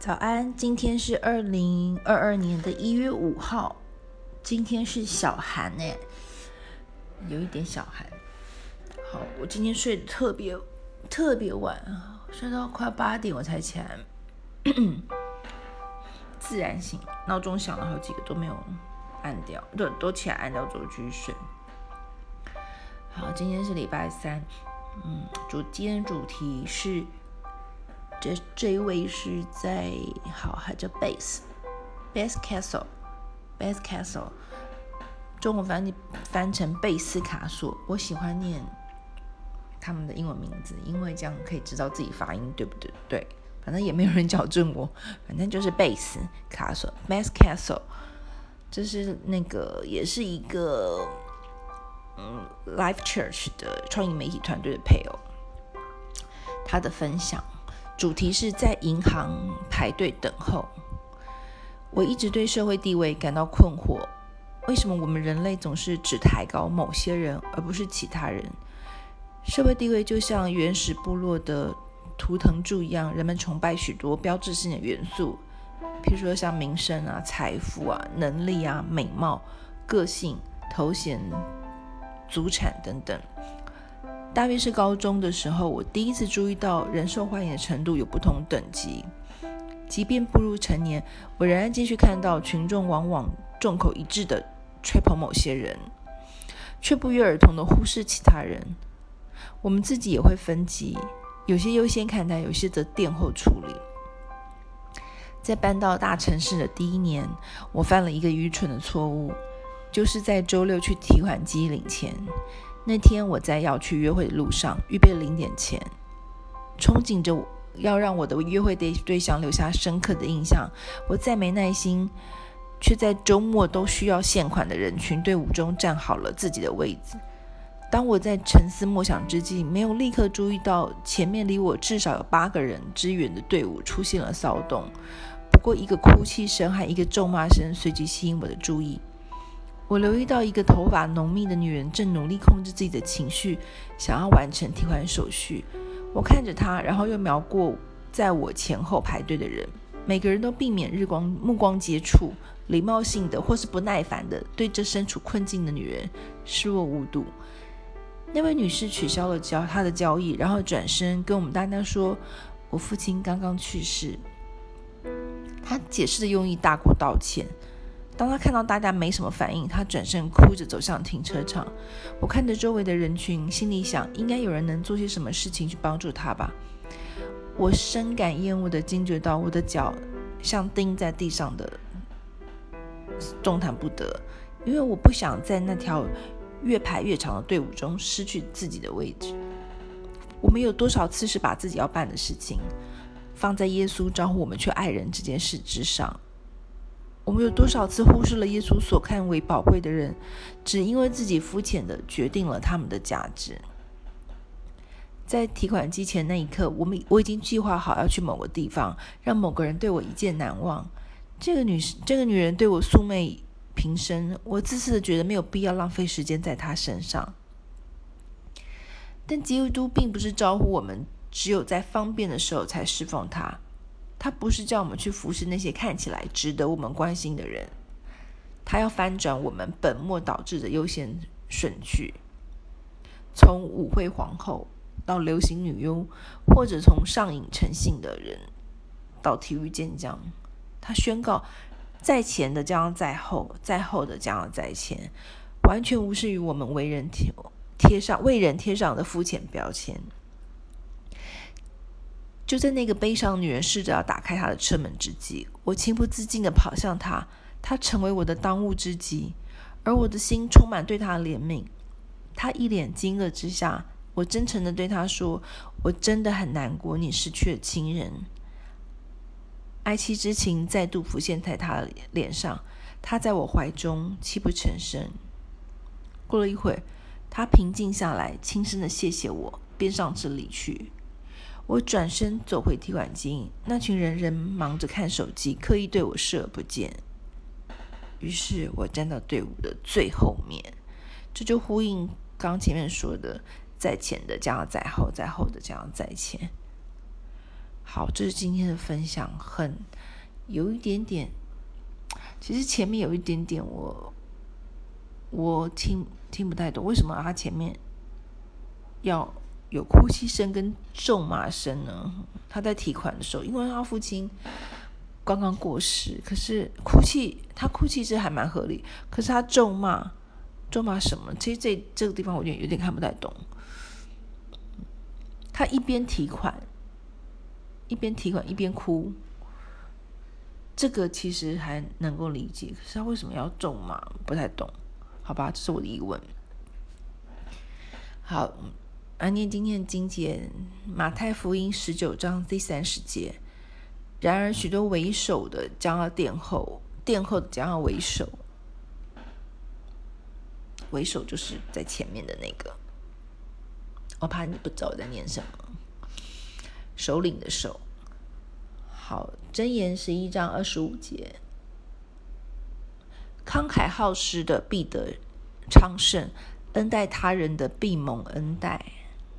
早安，今天是2022年的1月5号，今天是小寒耶，有一点小寒。好，我今天睡得特别晚，睡到快8点我才起来，自然醒，闹钟响了好几个都没有按掉，都起来按掉之后继续睡。好，今天是礼拜三，今天主题是这一位是还叫 Base Castle， 中文翻成贝斯卡索。我喜欢念他们的英文名字，因为这样可以知道自己发音对不对。对，反正也没有人矫正我，反正就是贝斯卡索 Base Castle。这是也是一个Life Church 的创意媒体团队的配偶，他的分享主题是在银行排队等候。我一直对社会地位感到困惑，为什么我们人类总是只抬高某些人而不是其他人？社会地位就像原始部落的图腾柱一样，人们崇拜许多标志性的元素，譬如说像名声啊、财富啊、能力啊、美貌、个性、头衔、祖产等等。大约是高中的时候，我第一次注意到人受欢迎的程度有不同等级。即便步入成年，我仍然继续看到群众往往众口一致的吹捧某些人，却不约而同的忽视其他人。我们自己也会分级，有些优先看待，有些则殿后处理。在搬到大城市的第1年，我犯了一个愚蠢的错误，就是在周六去提款机领钱。那天我在要去约会的路上，预备领点钱，憧憬着要让我的约会对象留下深刻的印象。我再没耐心，却在周末都需要现款的人群队伍中站好了自己的位置。当我在沉思默想之际，没有立刻注意到前面离我至少有8个人之远的队伍出现了骚动。不过一个哭泣声和一个咒骂声随即吸引我的注意。我留意到一个头发浓密的女人正努力控制自己的情绪，想要完成提款手续。我看着她，然后又瞄过在我前后排队的人，每个人都避免目光接触，礼貌性的或是不耐烦的对这身处困境的女人视若无睹。那位女士取消了她的交易，然后转身跟我们大家说，我父亲刚刚去世。她解释的用意大过道歉。当他看到大家没什么反应，他转身哭着走向停车场。我看着周围的人群，心里想，应该有人能做些什么事情去帮助他吧。我深感厌恶地惊觉到我的脚像钉在地上的动弹不得，因为我不想在那条越排越长的队伍中失去自己的位置。我们有多少次是把自己要办的事情放在耶稣招呼我们去爱人这件事之上？我们有多少次忽视了耶稣所看为宝贵的人，只因为自己肤浅地决定了他们的价值？在提款机前那一刻，我已经计划好要去某个地方，让某个人对我一见难忘。这个女人对我素昧平生，我自私地觉得没有必要浪费时间在她身上。但基督并不是招呼我们只有在方便的时候才侍奉他。他不是叫我们去服侍那些看起来值得我们关心的人，他要翻转我们本末倒置的优先顺序，从舞会皇后到流行女优，或者从上瘾成性的人到体育健将。他宣告，在前的将要在后，在后的将要在前，完全无视于我们为人贴上的肤浅标签。就在那个悲伤女人试着要打开她的车门之际，我情不自禁地跑向她，她成为我的当务之急，而我的心充满对她的怜悯。她一脸惊愕之下，我真诚地对她说，我真的很难过你失去了亲人。哀戚之情再度浮现在她的脸上，她在我怀中泣不成声。过了一会儿，她平静下来，轻声地谢谢我，便上车离去。我转身走回提款机，那群人仍忙着看手机，刻意对我视而不见。于是我站到队伍的最后面，这就呼应刚前面说的，在前的将要在后，在后的将要在前。 好，这是今天的分享，有一点点，其实前面有一点点我听不太懂，为什么他前面要有哭泣声跟咒骂声呢？他在提款的时候，因为他父亲刚刚过世，可是他哭泣是还蛮合理，可是他咒骂什么？其实这个地方我有点看不太懂。他一边提款一边哭，这个其实还能够理解，可是他为什么要咒骂？不太懂，好吧，这是我的疑问。好，念今天的经节，马太福音19章第30节。然而许多为首的将要殿后，殿后的将要为首。为首就是在前面的那个，我怕你不知道我在念什么。首领的首。好，箴言11章25节。慷慨好施的必得昌盛，恩待他人的必蒙恩待。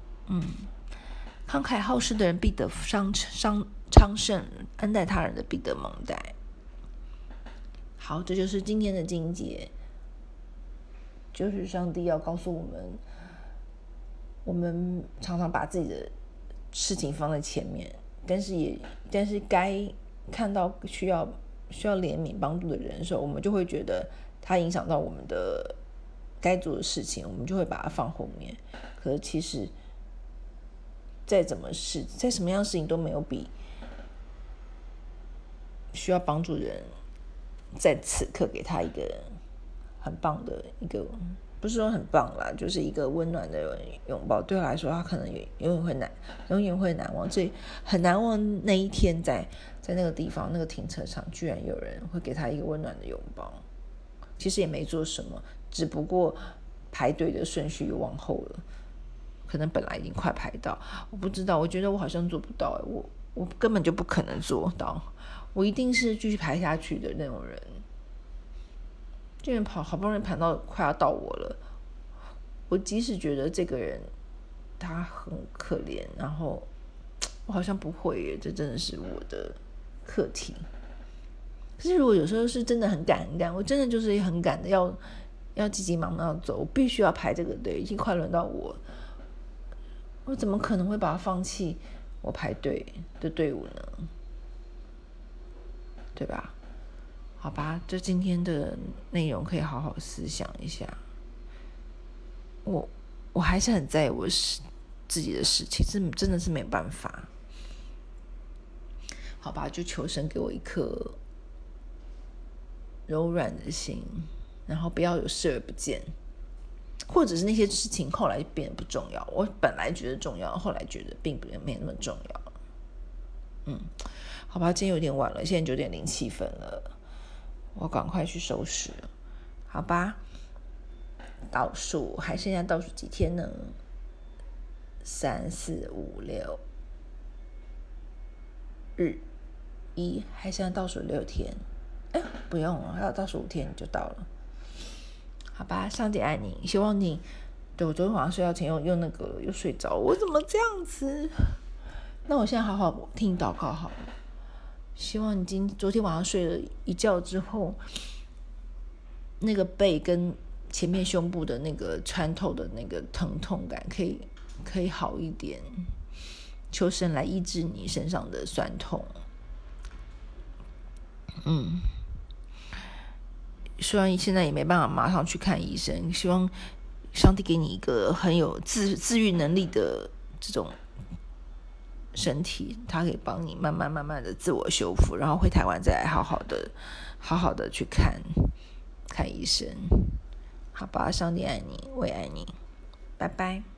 慷慨好施的人必得昌盛，恩待他人的必得蒙待。好，这就是今天的经节，就是上帝要告诉我们常常把自己的事情放在前面，但是该看到需要怜悯帮助的人的时候，我们就会觉得他影响到我们的该做的事情，我们就会把它放后面。可是其实再什么样的事情都没有比需要帮助的人在此刻给他一个很棒的一个，不是说很棒啦，就是一个温暖的拥抱。对他来说，他可能永远会难忘。所以很难忘那一天在那个地方，那个停车场，居然有人会给他一个温暖的拥抱。其实也没做什么，只不过排队的顺序又往后了，可能本来已经快排到，我不知道，我觉得我好像做不到，我根本就不可能做到，我一定是继续排下去的那种人。这人好不容易排到快要到我了，我即使觉得这个人他很可怜，然后我好像不会耶，这真的是我的课题。可是如果有时候是真的很赶，我真的就是很赶的要急急忙忙要走，我必须要排这个队，已经快轮到我怎么可能会把它放弃我排队的队伍呢？对吧？好吧，这今天的内容可以好好思想一下。我还是很在意我自己的事情，真的是没有办法。好吧，就求神给我一颗柔软的心，然后不要有视而不见，或者是那些事情后来变得不重要，我本来觉得重要，后来觉得并没那么重要。好吧，今天有点晚了，现在9:07了，我赶快去收拾，好吧？还剩下倒数几天呢？3、4、5、6日1，还剩下倒数6天。不用了，还有倒数5天就到了。好吧，上帝爱你，希望你。对，我昨天晚上睡觉前又那个又睡着，我怎么这样子？那我现在好好听你祷告好了。希望你昨天晚上睡了一觉之后，那个背跟前面胸部的那个穿透的那个疼痛感可以好一点，求神来医治你身上的酸痛。虽然现在也没办法马上去看医生，希望上帝给你一个很有自愈能力的这种身体，他可以帮你慢慢的自我修复，然后回台湾再来好好的去看医生。好吧，上帝爱你，我也爱你，拜拜。